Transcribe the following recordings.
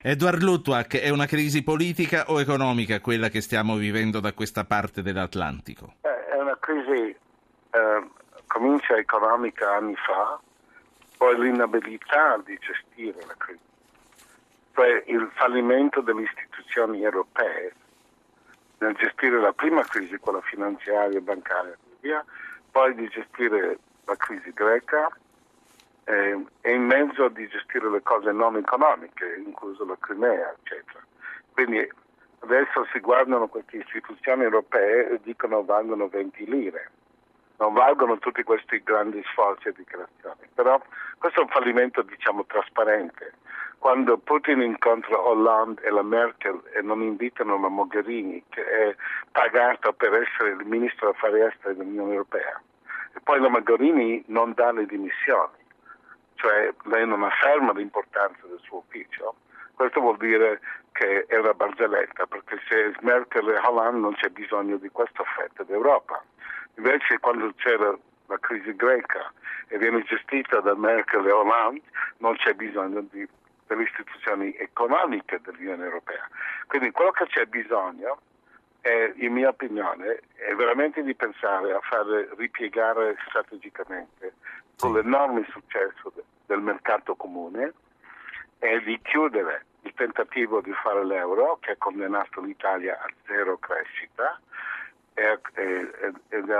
Edward Luttwak, è una crisi politica o economica quella che stiamo vivendo da questa parte dell'Atlantico? È una crisi, comincia economica anni fa, poi l'inabilità di gestire la crisi, cioè il fallimento delle istituzioni europee nel gestire la prima crisi, quella finanziaria e bancaria, via, poi di gestire la crisi greca e in mezzo di gestire le cose non economiche, incluso la Crimea, eccetera. Quindi adesso si guardano queste istituzioni europee e dicono valgono 20 lire, non valgono tutti questi grandi sforzi e dichiarazioni. Però questo è un fallimento, diciamo, trasparente. Quando Putin incontra Hollande e la Merkel e non invitano la Mogherini, che è pagata per essere il ministro affari esteri dell'Unione Europea, e poi la Mogherini non dà le dimissioni, cioè lei non afferma l'importanza del suo ufficio, questo vuol dire che è una barzelletta, perché se Merkel e Hollande non c'è bisogno di questa fetta d'Europa. Invece quando c'era la crisi greca e viene gestita da Merkel e Hollande, non c'è bisogno delle istituzioni economiche dell'Unione Europea. Quindi quello che c'è bisogno è, in mia opinione, è veramente di pensare a fare ripiegare strategicamente con l'enorme successo del mercato comune e di chiudere il tentativo di fare l'euro, che ha condannato l'Italia a zero crescita ed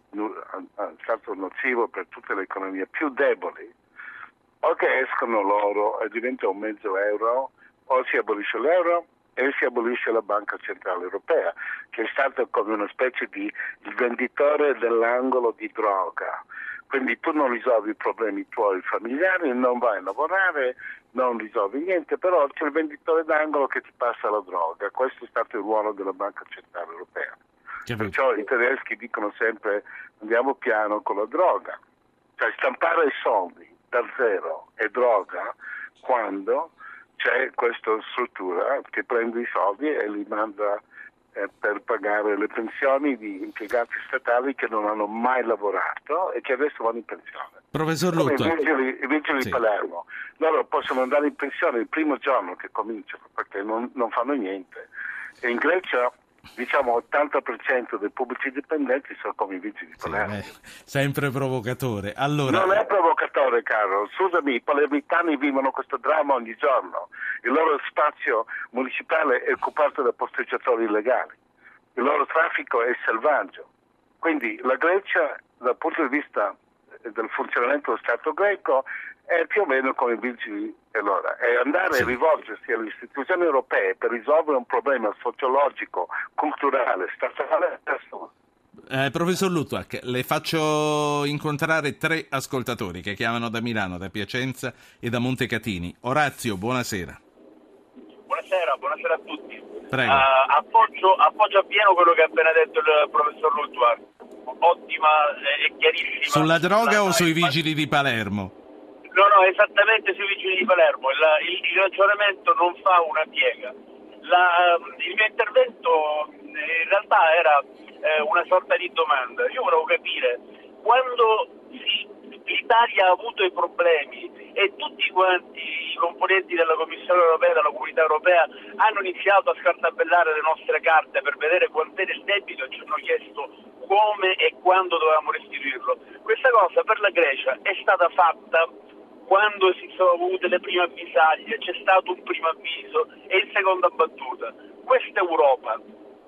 è stato nocivo per tutte le economie più deboli. O che escono loro e diventa un mezzo euro, o si abolisce l'euro e si abolisce la Banca Centrale Europea, che è stata come una specie di il venditore dell'angolo di droga. Quindi tu non risolvi i problemi tuoi familiari, non vai a lavorare, non risolvi niente, però c'è il venditore d'angolo che ti passa la droga. Questo è stato il ruolo della Banca Centrale Europea. Perciò i tedeschi dicono sempre andiamo piano con la droga. Cioè stampare soldi da zero è droga quando c'è questa struttura che prende i soldi e li manda per pagare le pensioni di impiegati statali che non hanno mai lavorato e che adesso vanno in pensione. Professor Come Luttwak. i vigili di Palermo. Loro possono andare in pensione il primo giorno che cominciano perché non fanno niente. E in Grecia diciamo 80% dei pubblici dipendenti sono come i vigili di Palermo. Sempre provocatore. Allora... Non è provocatore, caro. Scusami, i palermitani vivono questo dramma ogni giorno. Il loro spazio municipale è occupato da posteggiatori illegali. Il loro traffico è selvaggio. Quindi la Grecia, dal punto di vista del funzionamento dello Stato greco, è più o meno come i vigili. Allora, è andare a rivolgersi alle istituzioni europee per risolvere un problema sociologico, culturale, statale. Professor Luttwak, le faccio incontrare 3 ascoltatori che chiamano da Milano, da Piacenza e da Montecatini. Orazio, buonasera. Buonasera a tutti. Prego. Appoggio appieno quello che ha appena detto il professor Luttwak. Ottima e chiarissima. Sulla droga o sui vigili di Palermo? No, esattamente sui vigili di Palermo. Il ragionamento non fa una piega. Il mio intervento in realtà era una sorta di domanda. Io volevo capire, quando l'Italia ha avuto i problemi e tutti quanti i componenti della Commissione europea, della Comunità europea, hanno iniziato a scartabellare le nostre carte per vedere quant'era il debito e ci hanno chiesto come e quando dovevamo restituirlo. Questa cosa per la Grecia è stata fatta quando si sono avute le prime avvisaglie, c'è stato un primo avviso e il secondo battuta. Questa Europa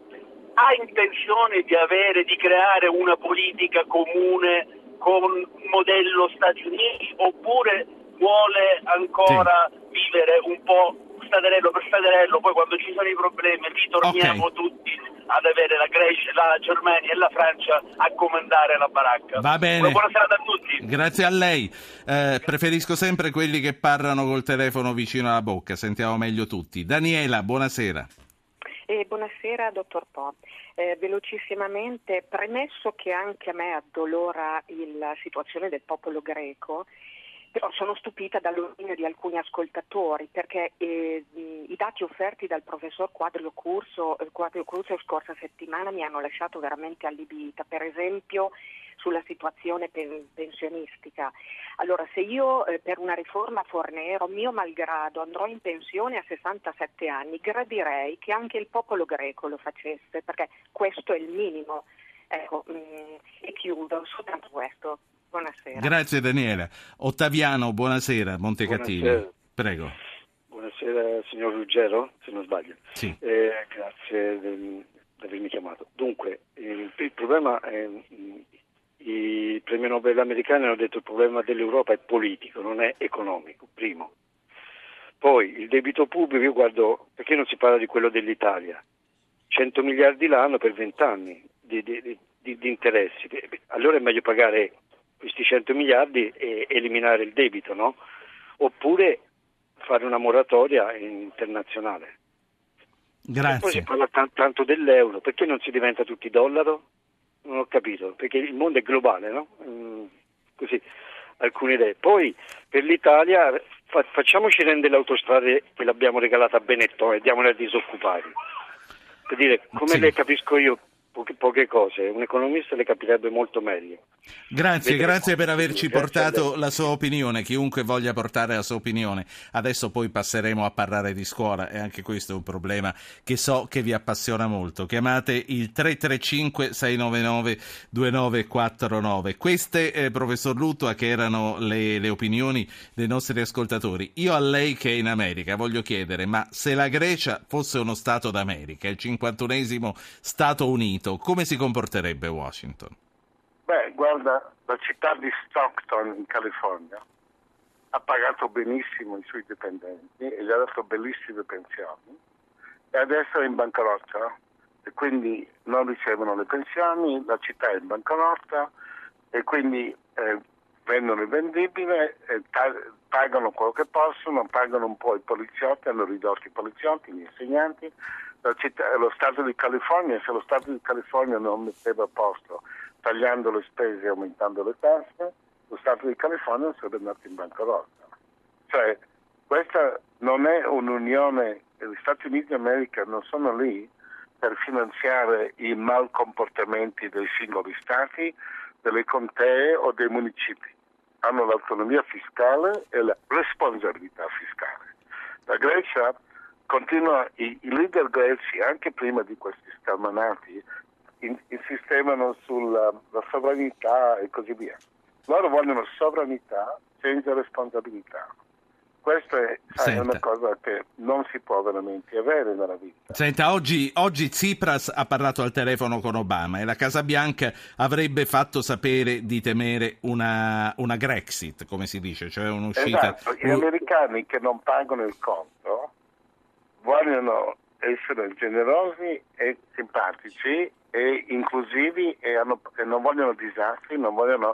ha intenzione di creare una politica comune con modello Stati Uniti oppure vuole ancora vivere un po' staterello per staterello, poi quando ci sono i problemi ritorniamo tutti ad avere la Grecia, la Germania e la Francia a comandare la baracca. Va bene. Una buona serata a tutti. Grazie a lei. Preferisco sempre quelli che parlano col telefono vicino alla bocca, sentiamo meglio tutti. Daniela, buonasera. Buonasera dottor Po. Velocissimamente, premesso che anche a me addolora la situazione del popolo greco, però sono stupita dall'opinione di alcuni ascoltatori perché i dati offerti dal professor Quadrio Curso scorsa settimana mi hanno lasciato veramente allibita. Per esempio sulla situazione pensionistica. Allora, se io per una riforma Fornero, mio malgrado, andrò in pensione a 67 anni, gradirei che anche il popolo greco lo facesse, perché questo è il minimo. Ecco, e chiudo soltanto questo. Buonasera. Grazie Daniela. Ottaviano, buonasera, Montecatini. Buonasera. Prego. Buonasera signor Ruggero, se non sbaglio. Sì. Grazie di avermi chiamato. Dunque, il problema è, i premi Nobel americani hanno detto il problema dell'Europa è politico, non è economico, primo. Poi il debito pubblico, io guardo, perché non si parla di quello dell'Italia? 100 miliardi l'anno per 20 anni di interessi. Allora è meglio pagare questi 100 miliardi e eliminare il debito, no? Oppure fare una moratoria internazionale. Grazie. E poi si parla tanto dell'euro, perché non si diventa tutti dollaro? Non ho capito, perché il mondo è globale, no? Così, alcune idee. Poi per l'Italia facciamoci rendere le autostrade che l'abbiamo regalata a Benetton e diamole ai disoccupati. Per dire, come le capisco io, poche cose, un economista le capirebbe molto meglio. Grazie per averci portato la sua opinione, chiunque voglia portare la sua opinione. Adesso poi passeremo a parlare di scuola e anche questo è un problema che so che vi appassiona molto. Chiamate il 335-699-2949. Queste, professor Luttua, che erano le opinioni dei nostri ascoltatori. Io a lei che è in America voglio chiedere, ma se la Grecia fosse uno Stato d'America, il 51esimo Stato Unito, come si comporterebbe Washington? Beh, guarda, la città di Stockton in California ha pagato benissimo i suoi dipendenti e gli ha dato bellissime pensioni e adesso è in bancarotta e quindi non ricevono le pensioni, la città è in bancarotta e quindi vendono il vendibile, pagano quello che possono, pagano un po' i poliziotti, hanno ridotto i poliziotti, gli insegnanti. Lo Stato di California, se lo Stato di California non metteva a posto tagliando le spese e aumentando le tasse, lo Stato di California sarebbe andato in bancarotta. Cioè, questa non è un'unione, gli Stati Uniti d'America non sono lì per finanziare i malcomportamenti dei singoli stati, delle contee o dei municipi. Hanno l'autonomia fiscale e la responsabilità fiscale. La Grecia continua, i leader greci, anche prima di questi scalmanati, insistevano sulla sovranità e così via. Loro vogliono sovranità senza responsabilità. Questa è una cosa che non si può veramente avere nella vita. Senta, oggi Tsipras ha parlato al telefono con Obama e la Casa Bianca avrebbe fatto sapere di temere una Grexit, come si dice, cioè un'uscita. Esatto, gli americani che non pagano il conto vogliono essere generosi e simpatici e inclusivi e non vogliono disastri, non vogliono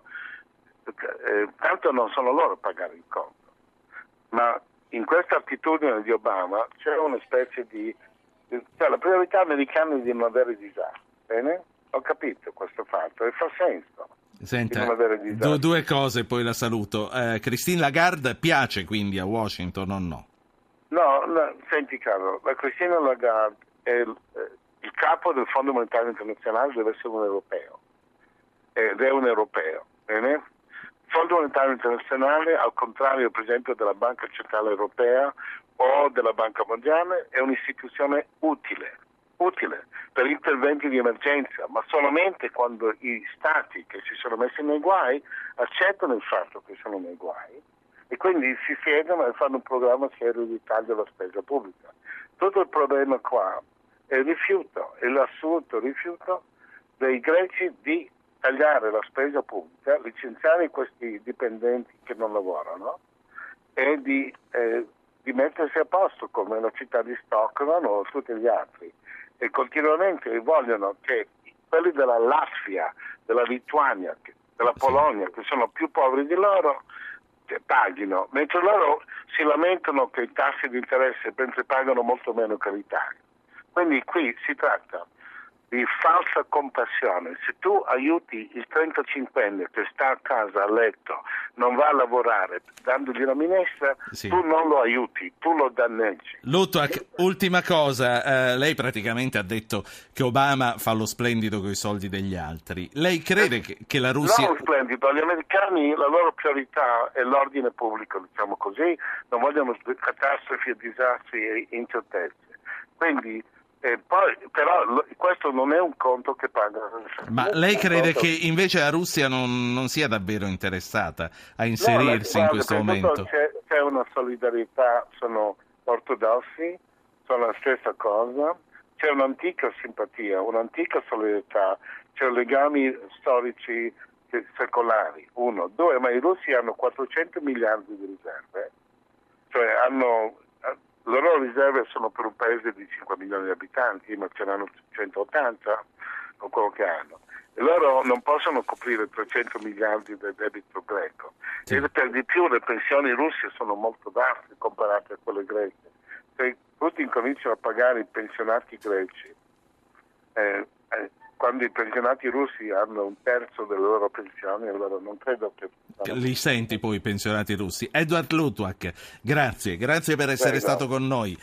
tanto non sono loro a pagare il conto. Ma in questa attitudine di Obama c'è una specie cioè la priorità americana è di non avere disastri, bene? Ho capito questo fatto e fa senso. Senta, due cose, poi la saluto. Christine Lagarde piace quindi a Washington o no? No, senti caro, la Christine Lagarde è il capo del Fondo Monetario Internazionale, deve essere un europeo ed è un europeo, bene? Il Fondo Monetario Internazionale, al contrario per esempio della Banca Centrale Europea o della Banca Mondiale, è un'istituzione utile per interventi di emergenza, ma solamente quando i stati che si sono messi nei guai accettano il fatto che sono nei guai e quindi si siedono e fanno un programma serio di taglio alla spesa pubblica. Tutto il problema qua è il rifiuto, è l'assoluto rifiuto dei greci di tagliare la spesa pubblica, licenziare questi dipendenti che non lavorano e di mettersi a posto come la città di Stockholm o tutti gli altri. E continuamente vogliono che quelli della Latvia, della Lituania, della Polonia, che sono più poveri di loro, paghino, mentre loro si lamentano che i tassi di interesse mentre pagano molto meno che l'Italia. Quindi qui si tratta di falsa compassione. Se tu aiuti il 35enne che sta a casa a letto, non va a lavorare, dandogli la minestra, sì, tu non lo aiuti, tu lo danneggi. Luttwak, ultima cosa, lei praticamente ha detto che Obama fa lo splendido con i soldi degli altri. Lei crede che la Russia... No, splendido. Gli americani, la loro priorità è l'ordine pubblico, diciamo così, non vogliono catastrofi e disastri e incertezze. Quindi poi, però questo non è un conto che paga. Ma lei crede che invece la Russia non sia davvero interessata a inserirsi in questo momento? C'è una solidarietà, sono ortodossi, sono la stessa cosa, c'è un'antica simpatia, un'antica solidarietà, c'è legami storici secolari, uno. Due, ma i russi hanno 400 miliardi di riserve, cioè le loro riserve sono per un paese di 5 milioni di abitanti, ma ce n'hanno 180 con quello che hanno. E loro non possono coprire 300 miliardi del debito greco. Sì. E per di più le pensioni russe sono molto basse comparate a quelle greche. Se tutti incominciano a pagare i pensionati greci, quando i pensionati russi hanno un terzo delle loro pensioni, allora non credo che... Li senti poi i pensionati russi. Edward Luttwak, grazie per essere stato con noi.